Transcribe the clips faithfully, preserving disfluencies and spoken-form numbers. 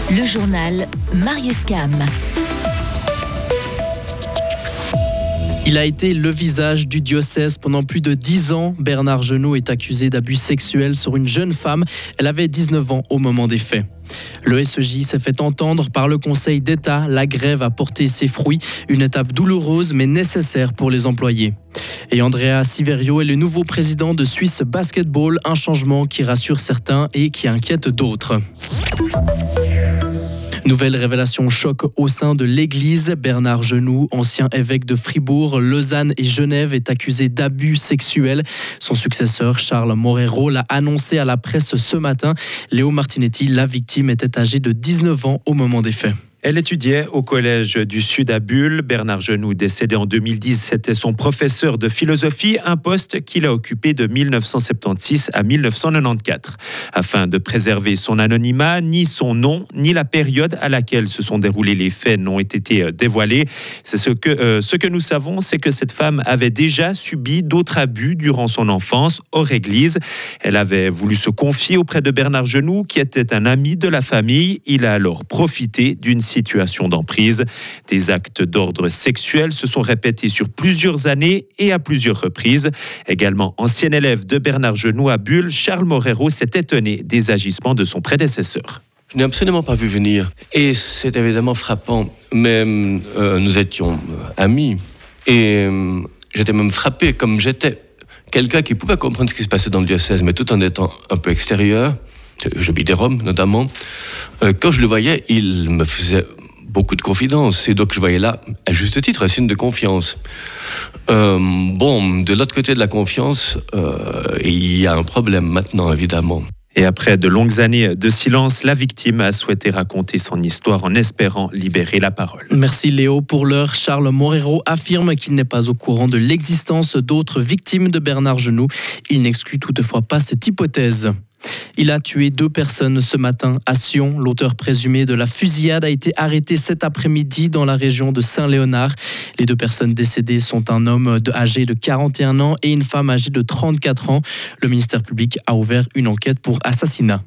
Le journal Marius Cam. Il a été le visage du diocèse pendant plus de dix ans. Bernard Genoux est accusé d'abus sexuels sur une jeune femme. Elle avait dix-neuf ans au moment des faits. Le S E J s'est fait entendre par le Conseil d'État. La grève a porté ses fruits. Une étape douloureuse mais nécessaire pour les employés. Et Andrea Siverio est le nouveau président de Suisse Basketball. Un changement qui rassure certains et qui inquiète d'autres. Nouvelle révélation choc au sein de l'Église. Bernard Genoux, ancien évêque de Fribourg, Lausanne et Genève, est accusé d'abus sexuels. Son successeur, Charles Morero, l'a annoncé à la presse ce matin. Léo Martinetti, la victime, était âgée de dix-neuf ans au moment des faits. Elle étudiait au Collège du Sud à Bulle. Bernard Genoux, décédé en deux mille dix, c'était son professeur de philosophie, un poste qu'il a occupé de mille neuf cent soixante-seize à mille neuf cent quatre-vingt-quatorze. Afin de préserver son anonymat, ni son nom, ni la période à laquelle se sont déroulés les faits n'ont été dévoilés. C'est ce que, euh, ce que nous savons, c'est que cette femme avait déjà subi d'autres abus durant son enfance hors église. Elle avait voulu se confier auprès de Bernard Genoux, qui était un ami de la famille. Il a alors profité d'une situation d'emprise. Des actes d'ordre sexuel se sont répétés sur plusieurs années et à plusieurs reprises. Également ancien élève de Bernard Genoux à Bulle, Charles Morero s'est étonné des agissements de son prédécesseur. Je n'ai absolument pas vu venir. Et c'est évidemment frappant. Mais euh, nous étions amis. Et euh, j'étais même frappé, comme j'étais quelqu'un qui pouvait comprendre ce qui se passait dans le diocèse, mais tout en étant un peu extérieur. J'habitais Rome, notamment. Euh, quand je le voyais, il me faisait beaucoup de confidences. Et donc, je voyais là, à juste titre, un signe de confiance. Euh, bon, de l'autre côté de la confiance, euh, il y a un problème maintenant, évidemment. Et après de longues années de silence, la victime a souhaité raconter son histoire en espérant libérer la parole. Merci Léo. Pour l'heure, Charles Morero affirme qu'il n'est pas au courant de l'existence d'autres victimes de Bernard Genoux. Il n'exclut toutefois pas cette hypothèse. Il a tué deux personnes ce matin à Sion. L'auteur présumé de la fusillade a été arrêté cet après-midi dans la région de Saint-Léonard. Les deux personnes décédées sont un homme âgé de quarante et un ans et une femme âgée de trente-quatre ans. Le ministère public a ouvert une enquête pour assassinat.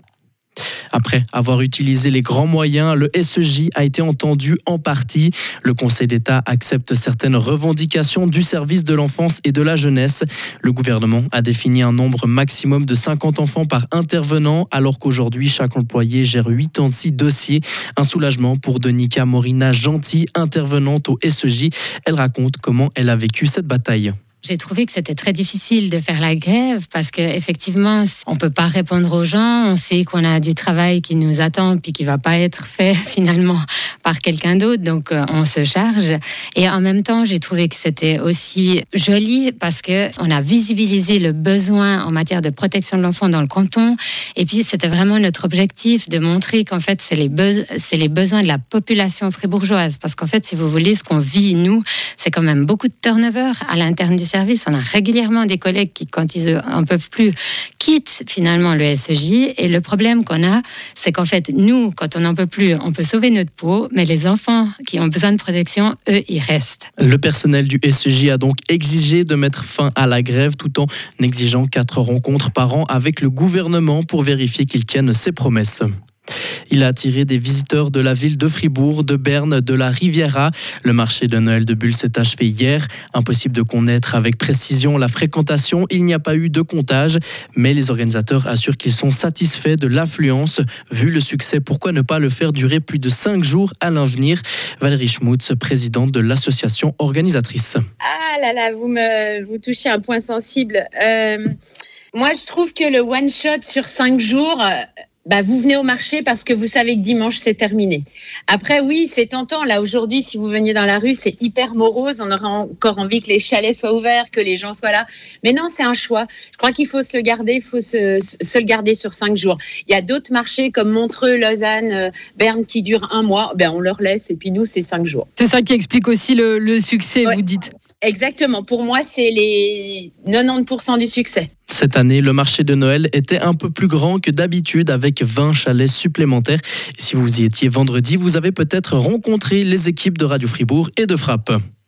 Après avoir utilisé les grands moyens, le S E J a été entendu en partie. Le Conseil d'État accepte certaines revendications du service de l'enfance et de la jeunesse. Le gouvernement a défini un nombre maximum de cinquante enfants par intervenant, alors qu'aujourd'hui, chaque employé gère quatre-vingt-six dossiers. Un soulagement pour Denica Morina Gentil, intervenante au S E J. Elle raconte comment elle a vécu cette bataille. J'ai trouvé que c'était très difficile de faire la grève parce qu'effectivement, on ne peut pas répondre aux gens. On sait qu'on a du travail qui nous attend puis qui ne va pas être fait finalement par quelqu'un d'autre. Donc, on se charge. Et en même temps, j'ai trouvé que c'était aussi joli parce qu'on a visibilisé le besoin en matière de protection de l'enfant dans le canton. Et puis, c'était vraiment notre objectif de montrer qu'en fait, c'est les, be- c'est les besoins de la population fribourgeoise. Parce qu'en fait, si vous voulez, ce qu'on vit, nous, c'est quand même beaucoup de turnover à l'interne du service. On a régulièrement des collègues qui, quand ils n'en peuvent plus, quittent finalement le S E J. Et le problème qu'on a, c'est qu'en fait, nous, quand on n'en peut plus, on peut sauver notre peau, mais les enfants qui ont besoin de protection, eux, ils restent. Le personnel du S E J a donc exigé de mettre fin à la grève tout en exigeant quatre rencontres par an avec le gouvernement pour vérifier qu'il tienne ses promesses. Il a attiré des visiteurs de la ville de Fribourg, de Berne, de la Riviera. Le marché de Noël de Bulle s'est achevé hier. Impossible de connaître avec précision la fréquentation. Il n'y a pas eu de comptage, mais les organisateurs assurent qu'ils sont satisfaits de l'affluence. Vu le succès, pourquoi ne pas le faire durer plus de cinq jours à l'avenir? Valérie Schmutz, présidente de l'association organisatrice. Ah là là, vous me vous touchez un point sensible. Euh, moi, je trouve que le one shot sur cinq jours. Euh, Bah, vous venez au marché parce que vous savez que dimanche, c'est terminé. Après, oui, c'est tentant. Là, aujourd'hui, si vous veniez dans la rue, c'est hyper morose. On aurait encore envie que les chalets soient ouverts, que les gens soient là. Mais non, c'est un choix. Je crois qu'il faut se le garder. Il faut se, se le garder sur cinq jours. Il y a d'autres marchés comme Montreux, Lausanne, euh, Berne qui durent un mois. Ben, on leur laisse. Et puis nous, c'est cinq jours. C'est ça qui explique aussi le, le succès, ouais. Vous dites. Exactement. Pour moi, c'est les quatre-vingt-dix pour cent du succès. Cette année, le marché de Noël était un peu plus grand que d'habitude avec vingt chalets supplémentaires. Et si vous y étiez vendredi, vous avez peut-être rencontré les équipes de Radio Fribourg et de Frappe.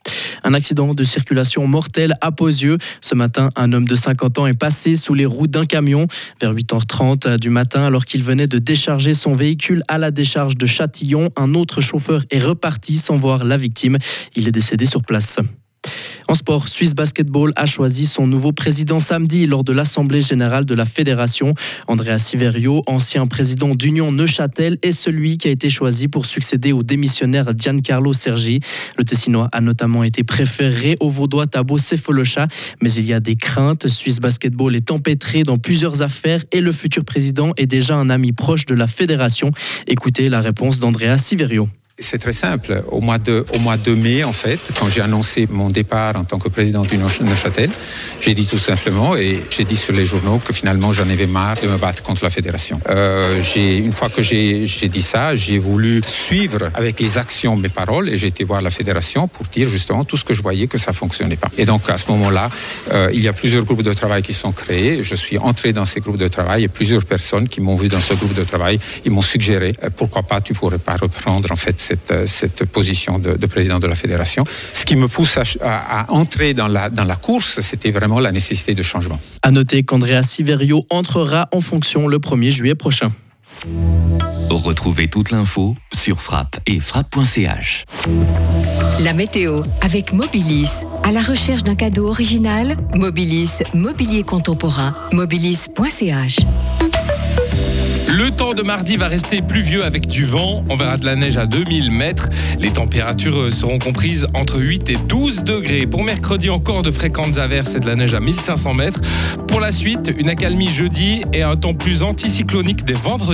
Un accident de circulation mortel à Pozieux. Ce matin, un homme de cinquante ans est passé sous les roues d'un camion vers huit heures trente du matin alors qu'il venait de décharger son véhicule à la décharge de Châtillon. Un autre chauffeur est reparti sans voir la victime. Il est décédé sur place. En sport, Suisse Basketball a choisi son nouveau président samedi lors de l'Assemblée générale de la Fédération. Andrea Siverio, ancien président d'Union Neuchâtel, est celui qui a été choisi pour succéder au démissionnaire Giancarlo Sergi. Le Tessinois a notamment été préféré au Vaudois Thabo Sefolosha, mais il y a des craintes. Suisse Basketball est empêtré dans plusieurs affaires et le futur président est déjà un ami proche de la Fédération. Écoutez la réponse d'Andrea Siverio. C'est très simple. Au mois de, au mois de mai, en fait, quand j'ai annoncé mon départ en tant que président du Neuchâtel, j'ai dit tout simplement, et j'ai dit sur les journaux, que finalement j'en avais marre de me battre contre la fédération. Euh, j'ai, une fois que j'ai, j'ai dit ça, j'ai voulu suivre avec les actions mes paroles et j'ai été voir la fédération pour dire justement tout ce que je voyais que ça fonctionnait pas. Et donc à ce moment-là, euh, il y a plusieurs groupes de travail qui sont créés. Je suis entré dans ces groupes de travail et plusieurs personnes qui m'ont vu dans ce groupe de travail, ils m'ont suggéré euh, pourquoi pas tu pourrais pas reprendre en fait Cette, cette position de, de président de la fédération. Ce qui me pousse à, à, à entrer dans la, dans la course, c'était vraiment la nécessité de changement. À noter qu'Andrea Siverio entrera en fonction le premier juillet prochain. Retrouvez toute l'info sur frappe et frappe point c h. La météo avec Mobilis. À la recherche d'un cadeau original, Mobilis, mobilier contemporain, mobilis point c h. Le temps de mardi va rester pluvieux avec du vent. On verra de la neige à deux mille mètres. Les températures seront comprises entre huit et douze degrés. Pour mercredi, encore de fréquentes averses et de la neige à mille cinq cents mètres. Pour la suite, une accalmie jeudi et un temps plus anticyclonique dès vendredi.